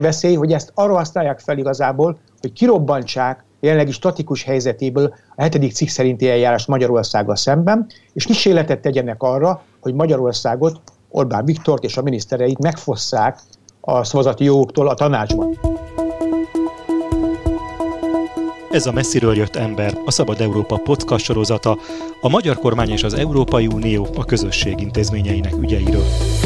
veszély, hogy ezt arra használják fel igazából, hogy kirobbantsák jelenlegi statikus helyzetéből a 7. cikk szerinti eljárást Magyarországgal szemben, és kísérletet tegyenek arra, hogy Magyarországot, Orbán Viktort és a minisztereit megfosszák a szavazati jogoktól a tanácsban. Ez a Messziről jött ember, a Szabad Európa podcast sorozata, a magyar kormány és az Európai Unió a közösség intézményeinek ügyeiről.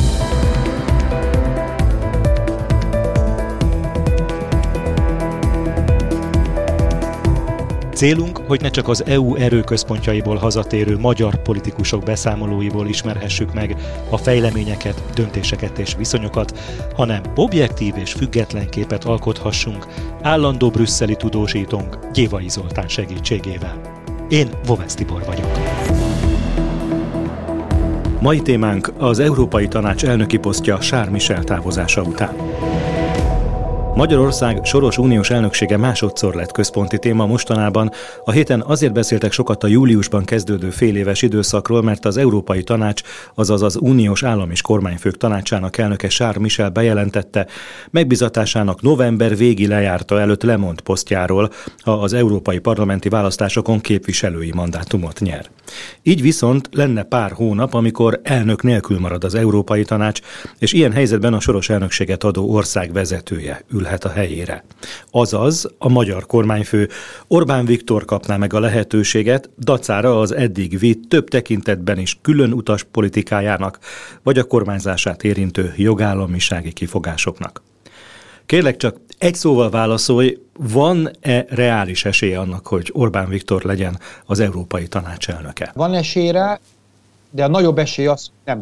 Célunk, hogy ne csak az EU erőközpontjaiból hazatérő magyar politikusok beszámolóiból ismerhessük meg a fejleményeket, döntéseket és viszonyokat, hanem objektív és független képet alkothassunk állandó brüsszeli tudósítónk Gyévai Zoltán segítségével. Én Vovesz Tibor vagyok. Mai témánk az Európai Tanács elnöki posztja Charles Michel távozása után. Magyarország soros uniós elnöksége másodszor lett központi téma mostanában. A héten azért beszéltek sokat a júliusban kezdődő féléves időszakról, mert az Európai Tanács, azaz az uniós állam- és kormányfők tanácsának elnöke Charles Michel bejelentette, megbízatásának november végi lejárta előtt lemond posztjáról, ha az európai parlamenti választásokon képviselői mandátumot nyer. Így viszont lenne pár hónap, amikor elnök nélkül marad az Európai Tanács, és ilyen helyzetben a soros elnökséget adó ország vezetője ülhet a helyére. Azaz a magyar kormányfő Orbán Viktor kapná meg a lehetőséget dacára az eddig vitt több tekintetben is külön utas politikájának, vagy a kormányzását érintő jogállamisági kifogásoknak. Kérlek csak egy szóval válaszolj, van-e reális esély annak, hogy Orbán Viktor legyen az Európai Tanács elnöke? Van esélyre, de a nagyobb esély az nem.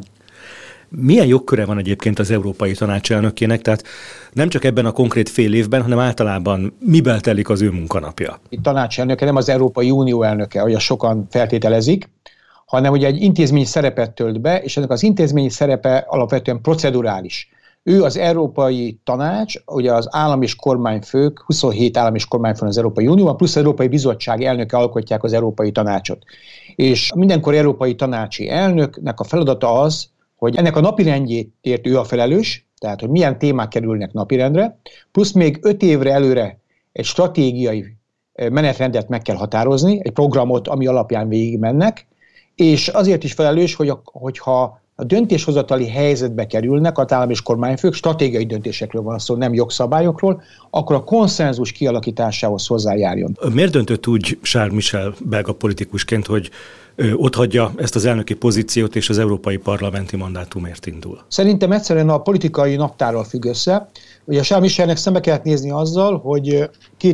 Milyen jogköre van egyébként az Európai Tanács elnökének, tehát nem csak ebben a konkrét fél évben, hanem általában miben telik az ő munkanapja? A tanácselnöke nem az Európai Unió elnöke, ahogy sokan feltételezik, hanem ugye egy intézményi szerepet tölt be, és ennek az intézményi szerepe alapvetően procedurális. Ő az Európai Tanács, ugye az állam és kormányfők, 27 állam és kormányfő az Európai Unióban, plusz az Európai Bizottság elnöke alkotják az Európai Tanácsot. És mindenkor Európai Tanácsi elnöknek a feladata az, hogy ennek a napirendjéért ő a felelős, tehát hogy milyen témák kerülnek napirendre, plusz még 5 évre előre egy stratégiai menetrendet meg kell határozni, egy programot, ami alapján végigmennek, és azért is felelős, hogyha a döntéshozatali helyzetbe kerülnek az állam és kormányfők, stratégiai döntésekről van szó, nem jogszabályokról, akkor a konszenzus kialakításához hozzájárjon. Miért döntött úgy Charles Michel belga politikusként, hogy otthagyja ezt az elnöki pozíciót és az európai parlamenti mandátumért indul? Szerintem egyszerűen a politikai naptárral függ össze. Ugye a Charles Michelnek szembe kellett nézni azzal, hogy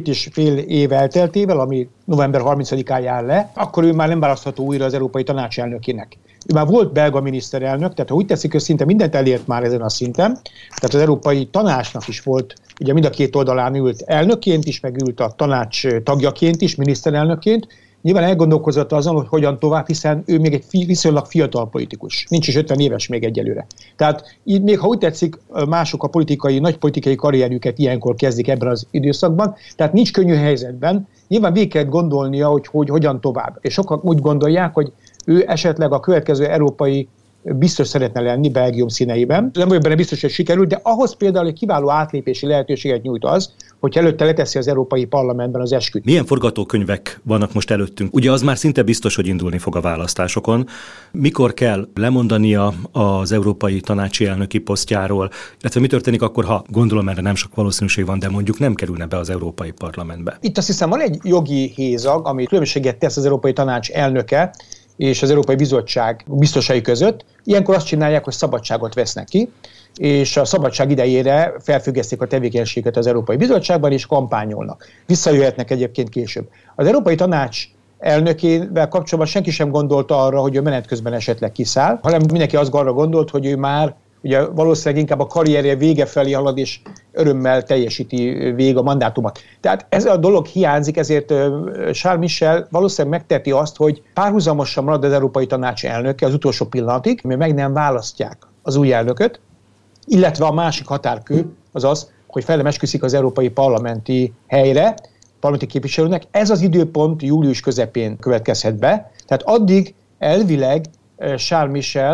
2,5 év elteltével, ami november 30-án jár le, akkor ő már nem választható újra az Európai Tanács elnökének. Ő már volt belga miniszterelnök, tehát ha úgy teszik, hogy szinte mindent elért már ezen a szinten, tehát az Európai Tanácsnak is volt, ugye mind a két oldalán ült elnökként is, meg ült a tanács tagjaként is, miniszterelnökként. Nyilván elgondolkozott azon, hogy hogyan tovább, hiszen ő még egy viszonylag fiatal politikus. Nincs is 50 éves még egyelőre. Tehát így még, ha úgy tetszik, mások a nagy politikai karrierjüket ilyenkor kezdik ebben az időszakban, tehát nincs könnyű helyzetben. Nyilván végig kell gondolnia, hogy hogyan tovább. És sokan úgy gondolják, hogy ő esetleg a következő európai biztos szeretne lenni Belgium színeiben. Nem vagyok benne biztos, hogy sikerül, de ahhoz például egy kiváló átlépési lehetőséget nyújt az, hogy előtte leteszi az Európai Parlamentben az esküt. Milyen forgatókönyvek vannak most előttünk? Ugye az már szinte biztos, hogy indulni fog a választásokon. Mikor kell lemondania az Európai Tanácsi elnöki posztjáról, illetve mi történik akkor, ha gondolom erre nem sok valószínűség van, de mondjuk nem kerülne be az Európai Parlamentbe? Itt azt hiszem van egy jogi hézag, ami különbséget tesz az Európai Tanács elnöke és az Európai Bizottság biztosai között. Ilyenkor azt csinálják, hogy szabadságot vesznek ki, és a szabadság idejére felfüggesztik a tevékenységet az Európai Bizottságban, és kampányolnak. Visszajöhetnek egyébként később. Az Európai Tanács elnökével kapcsolatban senki sem gondolta arra, hogy ő menet közben esetleg kiszáll, hanem mindenki azt arra gondolt, hogy ő már ugye valószínűleg inkább a karrierje vége felé halad, és örömmel teljesíti végig a mandátumot. Tehát ez a dolog hiányzik, ezért Charles Michel valószínűleg megteheti azt, hogy párhuzamosan marad az Európai Tanács elnöke az utolsó pillanatig, mert meg nem választják az új elnököt, illetve a másik határkő az az, hogy fel nem esküszik az európai parlamenti helyre, parlamenti képviselőnek. Ez az időpont július közepén következhet be, tehát addig elvileg Charles Michel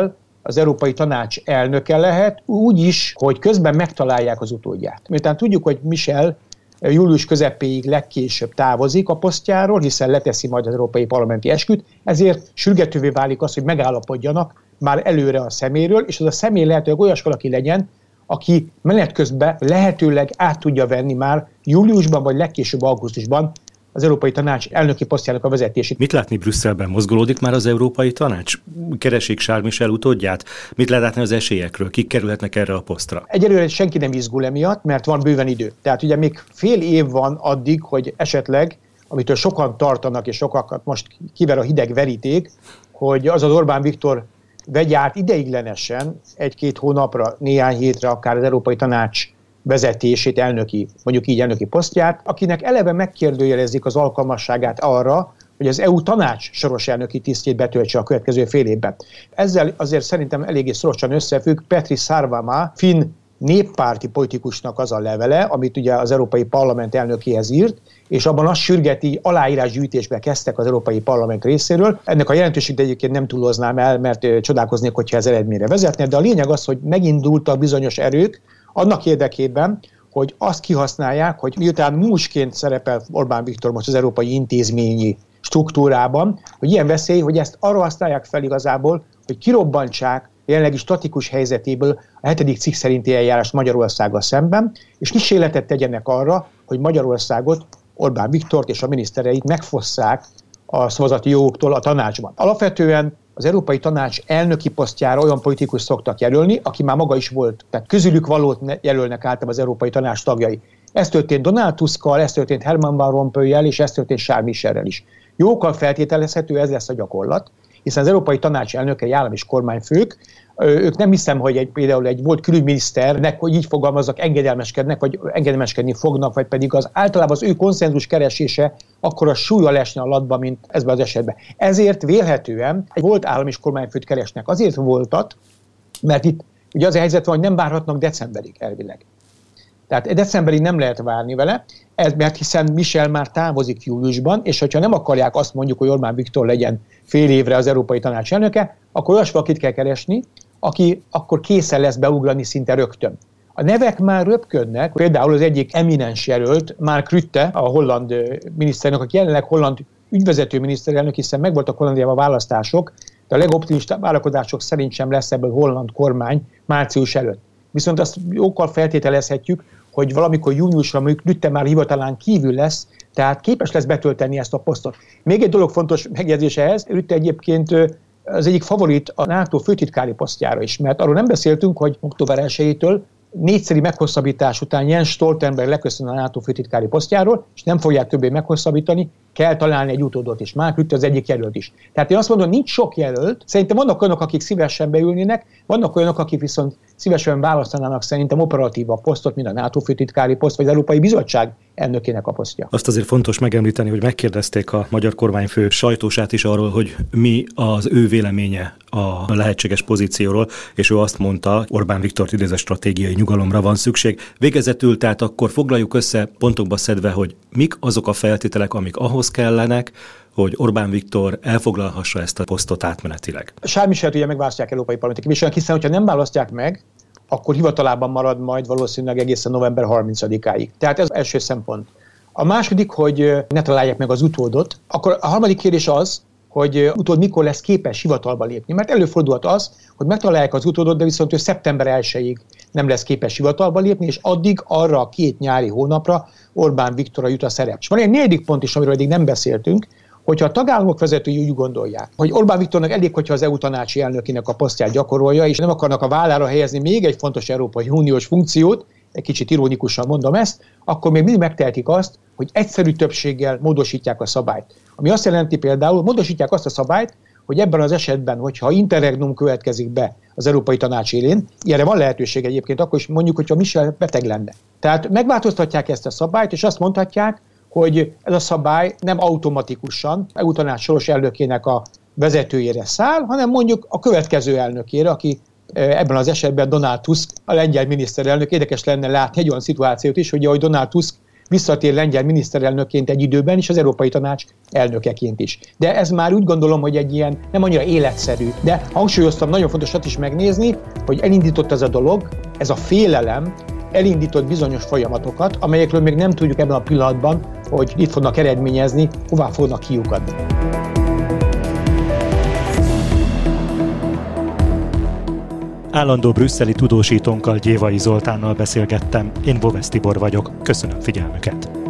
az Európai Tanács elnöke lehet, úgy is, hogy közben megtalálják az utódját. Miután tudjuk, hogy Michel július közepéig legkésőbb távozik a posztjáról, hiszen leteszi majd az Európai Parlamenti esküt, ezért sürgetővé válik az, hogy megállapodjanak már előre a személyről, és az a személy lehetőleg olyas valaki legyen, aki menet közben lehetőleg át tudja venni már júliusban vagy legkésőbb augusztusban az Európai Tanács elnöki posztjának a vezetését. Mit látni Brüsszelben? Mozgolódik már az Európai Tanács? Keresik Charles Michel utódját? Mit lehet látni az esélyekről? Kik kerülhetnek erre a posztra? Egyelőre senki nem izgul emiatt, mert van bőven idő. Tehát ugye még fél év van addig, hogy esetleg, amitől sokan tartanak, és sokakat most kiver a hideg veríték, hogy az Orbán Viktor vegye át ideiglenesen egy-két hónapra, néhány hétre akár az Európai Tanács vezetését, mondjuk így elnöki posztját, akinek eleve megkérdőjelezik az alkalmasságát arra, hogy az EU tanács soros elnöki tisztjét betöltse a következő fél évben. Ezzel azért szerintem eléggé szorosan összefügg Petri Sarvamaa, finn néppárti politikusnak az a levele, amit ugye az Európai Parlament elnökéhez írt, és abban azt sürgeti, aláírásgyűjtésbe kezdtek az Európai Parlament részéről. Ennek a jelentőséget egyébként nem túloznám el, mert csodálkoznék, hogyha ez eredményre vezetne, de a lényeg az, hogy megindultak bizonyos erők annak érdekében, hogy azt kihasználják, hogy miután múlsként szerepel Orbán Viktor most az európai intézményi struktúrában, hogy ilyen veszély, hogy ezt arra használják fel igazából, hogy kirobbantsák jelenlegi statikus helyzetéből a 7. cikk szerinti eljárást Magyarországgal szemben, és kísérletet tegyenek arra, hogy Magyarországot, Orbán Viktort és a minisztereit megfosszák a szavazati jogoktól a tanácsban. Alapvetően az Európai Tanács elnöki posztjára olyan politikus szoktak jelölni, aki már maga is volt, tehát közülük valót jelölnek általában az Európai Tanács tagjai. Ez történt Donald Tuskkal, ez történt Herman Van Rompuy-jel, és ez történt Charles Michelrel is. Jókkal feltételezhető, ez lesz a gyakorlat, hiszen az Európai Tanács elnökei, állam és kormányfők, ők nem hiszem, hogy például egy volt külügyminiszternek, hogy így fogalmazzak, engedelmeskednek, vagy engedelmeskedni fognak, vagy pedig általában az ő konszenzus keresése akkora súlya lesne a latba, mint ezben az esetben. Ezért vélhetően egy volt állam és kormányfőt keresnek. Azért voltat, mert itt ugye az a helyzet van, hogy nem várhatnak decemberig elvileg. Tehát decemberig nem lehet várni vele, mert hiszen Michel már távozik júliusban, és hogyha nem akarják azt mondjuk, hogy Orbán Viktor legyen fél évre az Európai Tanács elnöke, akkor olyas valakit kell keresni, aki akkor készen lesz beugrani szinte rögtön. A nevek már röpködnek, például az egyik eminens jelölt, Mark Rutte, a holland miniszterelnök, aki jelenleg holland ügyvezető miniszterelnök, hiszen megvoltak Hollandiában a választások, de a legoptimistább várakozások szerint sem lesz ebből holland kormány március előtt. Viszont azt jókkal feltételezhetjük, hogy valamikor júniusra mondjuk Rutte már hivatalán kívül lesz, tehát képes lesz betölteni ezt a posztot. Még egy dolog fontos megjegyzés ehhez, Rutte egyébként az egyik favorit a NATO főtitkári posztjára is, mert arról nem beszéltünk, hogy október 1-től 4-szeri meghosszabbítás után Jens Stoltenberg leköszön a NATO főtitkári posztjáról, és nem fogják többé meghosszabbítani, kell találni egy utódot is. Mark Rutte az egyik jelölt is. Tehát én azt mondom, nincs sok jelölt, szerintem vannak olyanok, akik szívesen beülnének, vannak olyanok, akik viszont szívesen választanának szerintem operatívabb posztot, mint a NATO főtitkári poszt, vagy az Európai Bizottság elnökének a posztja. Azt azért fontos megemlíteni, hogy megkérdezték a magyar kormányfő sajtósát is arról, hogy mi az ő véleménye a lehetséges pozícióról, és ő azt mondta, Orbán Viktort idézett, stratégiai nyugalomra van szükség. Végezetül tehát akkor foglaljuk össze pontokba szedve, hogy mik azok a feltételek, amik ahhoz kellenek, hogy Orbán Viktor elfoglalhassa ezt a posztot átmenetileg. Charles Michelt ugye megválasztják európai parlamenti képviselőnek, hiszen hogyha nem választják meg, akkor hivatalában marad majd valószínűleg egészen november 30-áig. Tehát ez az első szempont. A második, hogy ne találják meg az utódot. Akkor a harmadik kérdés az, hogy utód mikor lesz képes hivatalba lépni. Mert előfordulhat az, hogy megtalálják az utódot, de viszont ő szeptember 1-ig nem lesz képes hivatalba lépni, és addig arra a 2 nyári hónapra Orbán Viktorra jut a szerep. És van egy negyedik pont is, amiről eddig nem beszéltünk, hogyha a tagállamok vezetői úgy gondolják, hogy Orbán Viktornak elég, hogyha az EU tanácsi elnökének a posztját gyakorolja, és nem akarnak a vállára helyezni még egy fontos Európai Uniós funkciót, egy kicsit ironikusan mondom ezt, akkor még mindig megtehetik azt, hogy egyszerű többséggel módosítják a szabályt. Ami azt jelenti például, módosítják azt a szabályt, hogy ebben az esetben, hogyha interregnum következik be az Európai Tanács élén, ilyenre van lehetőség egyébként, akkor is mondjuk, hogyha Michel beteg lenne. Tehát megváltoztatják ezt a szabályt, és azt mondhatják, hogy ez a szabály nem automatikusan EU tanács soros elnökének a vezetőjére száll, hanem mondjuk a következő elnökére, aki ebben az esetben Donald Tusk, a lengyel miniszterelnök. Érdekes lenne látni egy olyan szituációt is, hogy ahogy Donald Tusk visszatér lengyel miniszterelnökként egy időben, és az Európai Tanács elnökeként is. De ez már úgy gondolom, hogy egy ilyen nem annyira életszerű. De hangsúlyoztam, nagyon fontosat is megnézni, hogy elindított ez a dolog, ez a félelem, elindított bizonyos folyamatokat, amelyekről még nem tudjuk ebben a pillanatban, hogy mit fognak eredményezni, hová fognak kiukadni. Állandó brüsszeli tudósítónkkal, Gyévai Zoltánnal beszélgettem. Én Bovesz Tibor vagyok. Köszönöm figyelmüket!